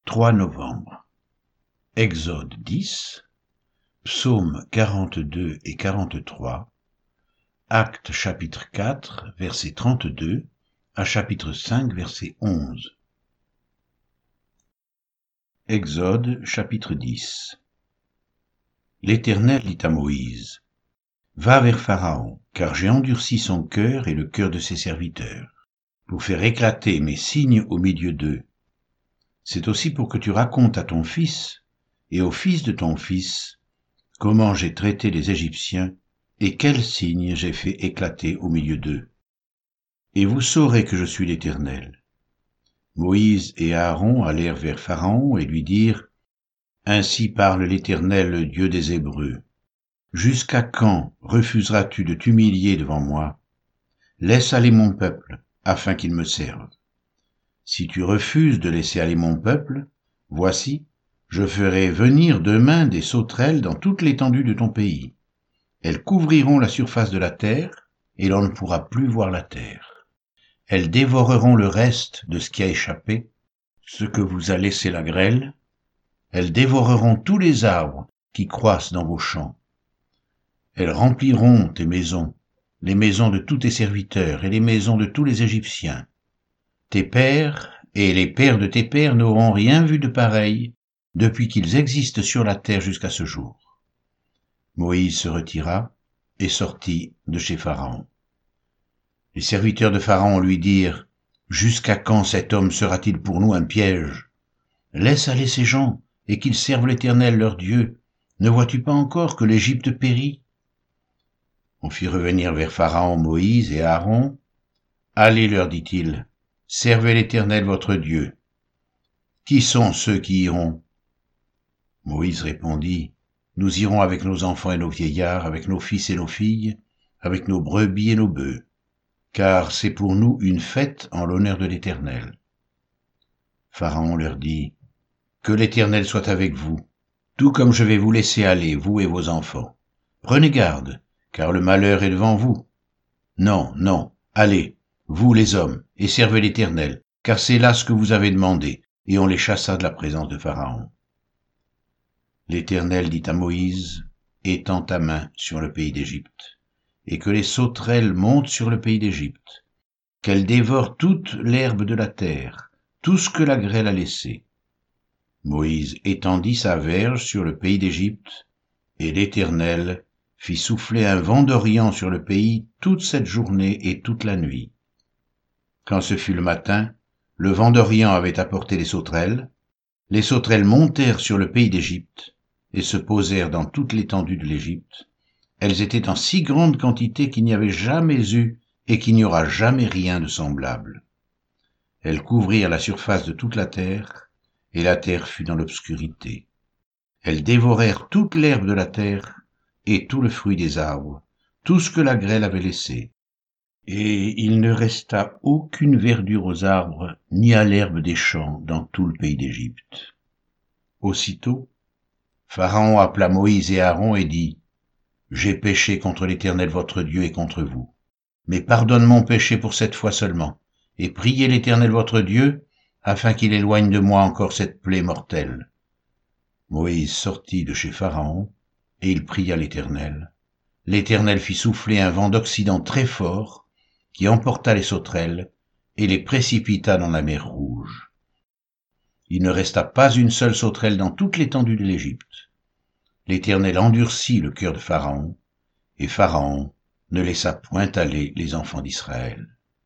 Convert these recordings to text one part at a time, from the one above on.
3 novembre. Exode 10, Psaumes 42 et 43, Actes chapitre 4, verset 32 à chapitre 5, verset 11. Exode chapitre 10. L'Éternel dit à Moïse: Va vers Pharaon, car j'ai endurci son cœur et le cœur de ses serviteurs, pour faire éclater mes signes au milieu d'eux. C'est aussi pour que tu racontes à ton fils et au fils de ton fils comment j'ai traité les Égyptiens et quels signes j'ai fait éclater au milieu d'eux. Et vous saurez que je suis l'Éternel. Moïse et Aaron allèrent vers Pharaon et lui dirent: Ainsi parle l'Éternel, le Dieu des Hébreux. Jusqu'à quand refuseras-tu de t'humilier devant moi? Laisse aller mon peuple, afin qu'il me serve. Si tu refuses de laisser aller mon peuple, voici, je ferai venir demain des sauterelles dans toute l'étendue de ton pays. Elles couvriront la surface de la terre, et l'on ne pourra plus voir la terre. Elles dévoreront le reste de ce qui a échappé, ce que vous a laissé la grêle. Elles dévoreront tous les arbres qui croissent dans vos champs. Elles rempliront tes maisons, les maisons de tous tes serviteurs et les maisons de tous les Égyptiens. Tes pères et les pères de tes pères n'auront rien vu de pareil depuis qu'ils existent sur la terre jusqu'à ce jour. Moïse se retira et sortit de chez Pharaon. Les serviteurs de Pharaon lui dirent: Jusqu'à quand cet homme sera-t-il pour nous un piège? Laisse aller ces gens et qu'ils servent l'Éternel leur Dieu. Ne vois-tu pas encore que l'Égypte périt? On fit revenir vers Pharaon Moïse et Aaron. Allez, leur dit-il, servez l'Éternel votre Dieu. Qui sont ceux qui iront? Moïse répondit: Nous irons avec nos enfants et nos vieillards, avec nos fils et nos filles, avec nos brebis et nos bœufs, car c'est pour nous une fête en l'honneur de l'Éternel. Pharaon leur dit: Que l'Éternel soit avec vous, tout comme je vais vous laisser aller, vous et vos enfants. Prenez garde, car le malheur est devant vous. Non, non, allez, vous les hommes, et servez l'Éternel, car c'est là ce que vous avez demandé. Et on les chassa de la présence de Pharaon. L'Éternel dit à Moïse: Étends ta main sur le pays d'Égypte, et que les sauterelles montent sur le pays d'Égypte, qu'elles dévorent toute l'herbe de la terre, tout ce que la grêle a laissé. Moïse étendit sa verge sur le pays d'Égypte, et l'Éternel fit souffler un vent d'Orient sur le pays toute cette journée et toute la nuit. Quand ce fut le matin, le vent d'Orient avait apporté les sauterelles montèrent sur le pays d'Égypte et se posèrent dans toute l'étendue de l'Égypte. Elles étaient en si grande quantité qu'il n'y avait jamais eu et qu'il n'y aura jamais rien de semblable. Elles couvrirent la surface de toute la terre, et la terre fut dans l'obscurité. Elles dévorèrent toute l'herbe de la terre et tout le fruit des arbres, tout ce que la grêle avait laissé. Et il ne resta aucune verdure aux arbres, ni à l'herbe des champs dans tout le pays d'Égypte. Aussitôt, Pharaon appela Moïse et Aaron et dit: J'ai péché contre l'Éternel votre Dieu et contre vous. Mais pardonne mon péché pour cette fois seulement, et priez l'Éternel votre Dieu, afin qu'il éloigne de moi encore cette plaie mortelle. Moïse sortit de chez Pharaon, et il pria l'Éternel. L'Éternel fit souffler un vent d'Occident très fort, qui emporta les sauterelles et les précipita dans la mer Rouge. Il ne resta pas une seule sauterelle dans toute l'étendue de l'Égypte. L'Éternel endurcit le cœur de Pharaon, et Pharaon ne laissa point aller les enfants d'Israël.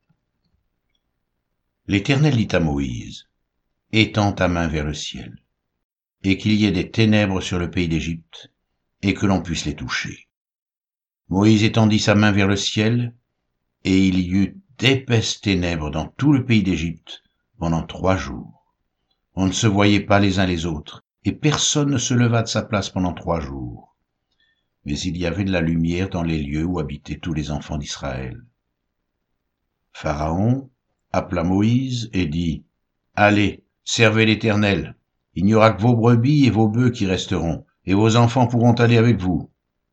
L'Éternel dit à Moïse: Étends ta main vers le ciel, et qu'il y ait des ténèbres sur le pays d'Égypte, et que l'on puisse les toucher. Moïse étendit sa main vers le ciel, et il y eut d'épaisses ténèbres dans tout le pays d'Égypte pendant 3 jours. On ne se voyait pas les uns les autres, et personne ne se leva de sa place pendant 3 jours. Mais il y avait de la lumière dans les lieux où habitaient tous les enfants d'Israël. Pharaon appela Moïse et dit: Allez, servez l'Éternel. Il n'y aura que vos brebis et vos bœufs qui resteront, et vos enfants pourront aller avec vous.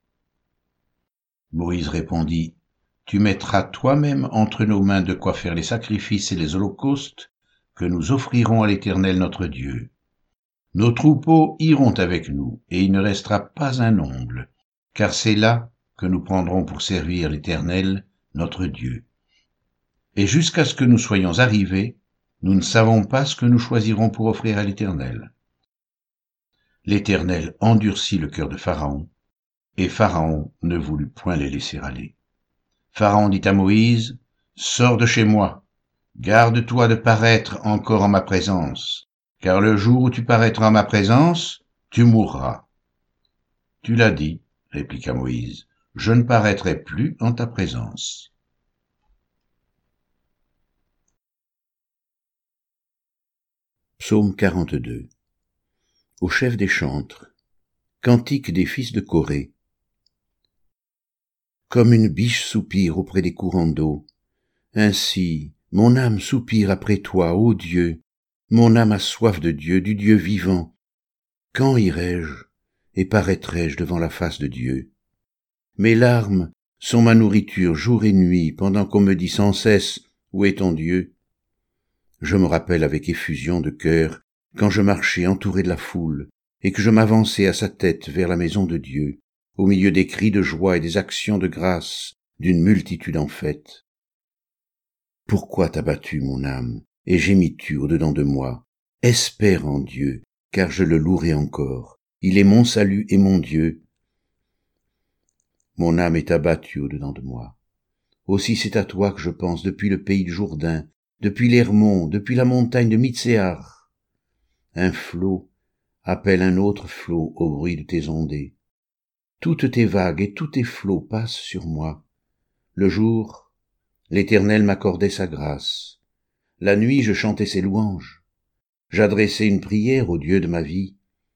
Moïse répondit: Tu mettras toi-même entre nos mains de quoi faire les sacrifices et les holocaustes que nous offrirons à l'Éternel notre Dieu. Nos troupeaux iront avec nous, et il ne restera pas un ongle, car c'est là que nous prendrons pour servir l'Éternel, notre Dieu. Et jusqu'à ce que nous soyons arrivés, nous ne savons pas ce que nous choisirons pour offrir à l'Éternel. L'Éternel endurcit le cœur de Pharaon, et Pharaon ne voulut point les laisser aller. Pharaon dit à Moïse, « Sors de chez moi, garde-toi de paraître encore en ma présence, car le jour où tu paraîtras en ma présence, tu mourras. » Tu l'as dit, répliqua Moïse, « je ne paraîtrai plus en ta présence. » Psaume 42. Au chef des chantres. Cantique des fils de Corée. Comme une biche soupire auprès des courants d'eau, ainsi mon âme soupire après toi, ô Dieu, mon âme a soif de Dieu, du Dieu vivant. Quand irai-je et paraîtrai-je devant la face de Dieu? Mes larmes sont ma nourriture jour et nuit, pendant qu'on me dit sans cesse, où est ton Dieu? Je me rappelle avec effusion de cœur quand je marchais entouré de la foule et que je m'avançais à sa tête vers la maison de Dieu, au milieu des cris de joie et des actions de grâce d'une multitude en fête. Pourquoi t'as battu mon âme et gémis-tu au-dedans de moi? Espère en Dieu, car je le louerai encore. Il est mon salut et mon Dieu. Mon âme est abattue au-dedans de moi. Aussi c'est à toi que je pense depuis le pays de Jourdain, depuis l'Hermon, depuis la montagne de Mitséar. Un flot appelle un autre flot au bruit de tes ondées. Toutes tes vagues et tous tes flots passent sur moi. Le jour, l'Éternel m'accordait sa grâce. La nuit, je chantais ses louanges. J'adressais une prière au Dieu de ma vie.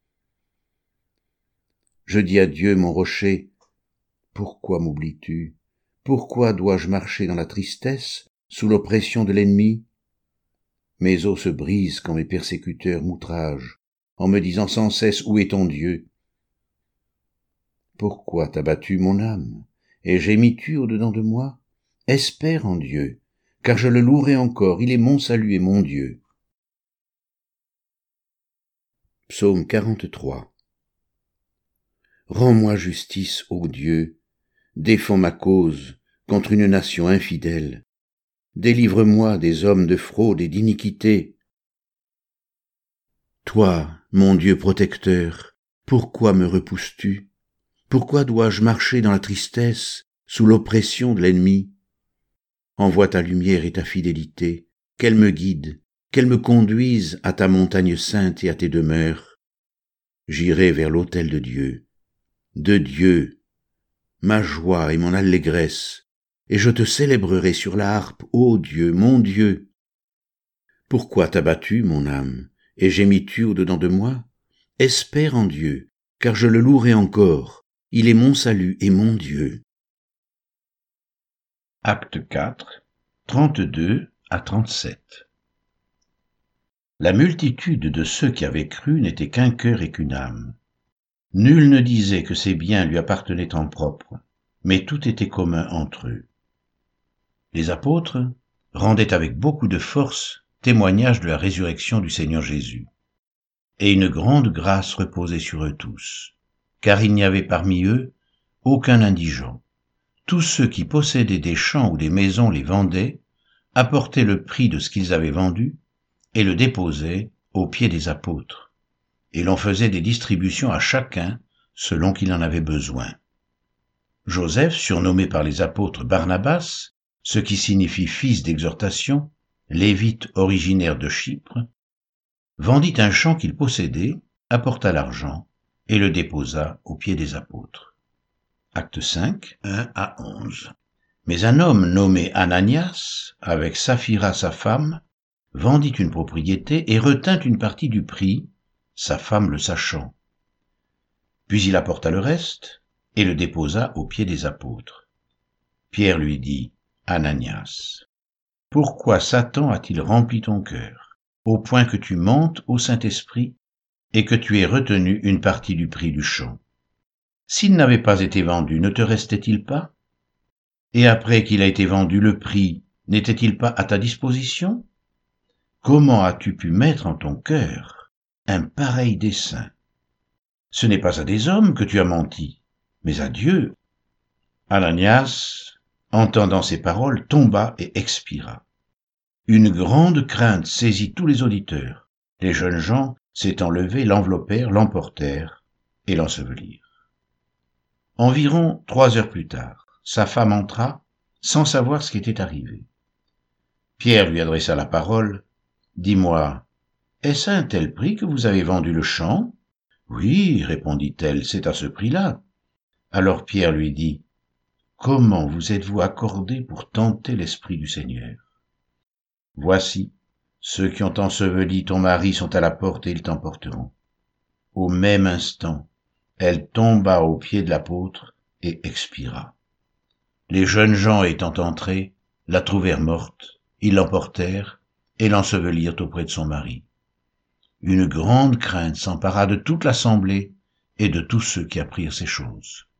Je dis à Dieu, mon rocher, pourquoi m'oublies-tu? Pourquoi dois-je marcher dans la tristesse, sous l'oppression de l'ennemi? Mes os se brisent quand mes persécuteurs m'outragent, en me disant sans cesse où est ton Dieu? Pourquoi t'as battu mon âme, et gémis-tu au-dedans de moi? Espère en Dieu, car je le louerai encore, il est mon salut et mon Dieu. Psaume 43. Rends-moi justice, ô Dieu, défends ma cause contre une nation infidèle. Délivre-moi des hommes de fraude et d'iniquité. Toi, mon Dieu protecteur, pourquoi me repousses-tu? Pourquoi dois-je marcher dans la tristesse, sous l'oppression de l'ennemi? Envoie ta lumière et ta fidélité, qu'elle me guide, qu'elle me conduise à ta montagne sainte et à tes demeures. J'irai vers l'autel de Dieu, ma joie et mon allégresse, et je te célébrerai sur la harpe, ô Dieu, mon Dieu. Pourquoi t'as battu, mon âme, et gémis-tu au-dedans de moi? Espère en Dieu, car je le louerai encore, il est mon salut et mon Dieu. Acte 4, 32 à 37. La multitude de ceux qui avaient cru n'était qu'un cœur et qu'une âme. Nul ne disait que ses biens lui appartenaient en propre, mais tout était commun entre eux. Les apôtres rendaient avec beaucoup de force témoignage de la résurrection du Seigneur Jésus. Et une grande grâce reposait sur eux tous, car il n'y avait parmi eux aucun indigent. Tous ceux qui possédaient des champs ou des maisons les vendaient, apportaient le prix de ce qu'ils avaient vendu et le déposaient aux pieds des apôtres. Et l'on faisait des distributions à chacun selon qu'il en avait besoin. Joseph, surnommé par les apôtres Barnabas, ce qui signifie fils d'exhortation, lévite originaire de Chypre, vendit un champ qu'il possédait, apporta l'argent et le déposa aux pieds des apôtres. Acte 5, 1 à 11. Mais un homme nommé Ananias, avec Saphira sa femme, vendit une propriété et retint une partie du prix, sa femme le sachant. Puis il apporta le reste et le déposa aux pieds des apôtres. Pierre lui dit, Ananias, pourquoi Satan a-t-il rempli ton cœur, au point que tu mentes au Saint-Esprit et que tu aies retenu une partie du prix du champ? S'il n'avait pas été vendu, ne te restait-il pas? Et après qu'il a été vendu, le prix n'était-il pas à ta disposition? Comment as-tu pu mettre en ton cœur un pareil dessein. Ce n'est pas à des hommes que tu as menti, mais à Dieu. » Ananias, entendant ces paroles, tomba et expira. Une grande crainte saisit tous les auditeurs. Les jeunes gens, s'étant levés, l'enveloppèrent, l'emportèrent et l'ensevelirent. Environ 3 heures plus tard, sa femme entra, sans savoir ce qui était arrivé. Pierre lui adressa la parole. « Dis-moi, est-ce à un tel prix que vous avez vendu le champ ?» ?»« Oui, répondit-elle, c'est à ce prix-là. » Alors Pierre lui dit, « Comment vous êtes-vous accordé pour tenter l'Esprit du Seigneur ? Voici, ceux qui ont enseveli ton mari sont à la porte et ils t'emporteront. » Au même instant, elle tomba aux pieds de l'apôtre et expira. Les jeunes gens étant entrés, la trouvèrent morte, ils l'emportèrent et l'ensevelirent auprès de son mari. Une grande crainte s'empara de toute l'assemblée et de tous ceux qui apprirent ces choses.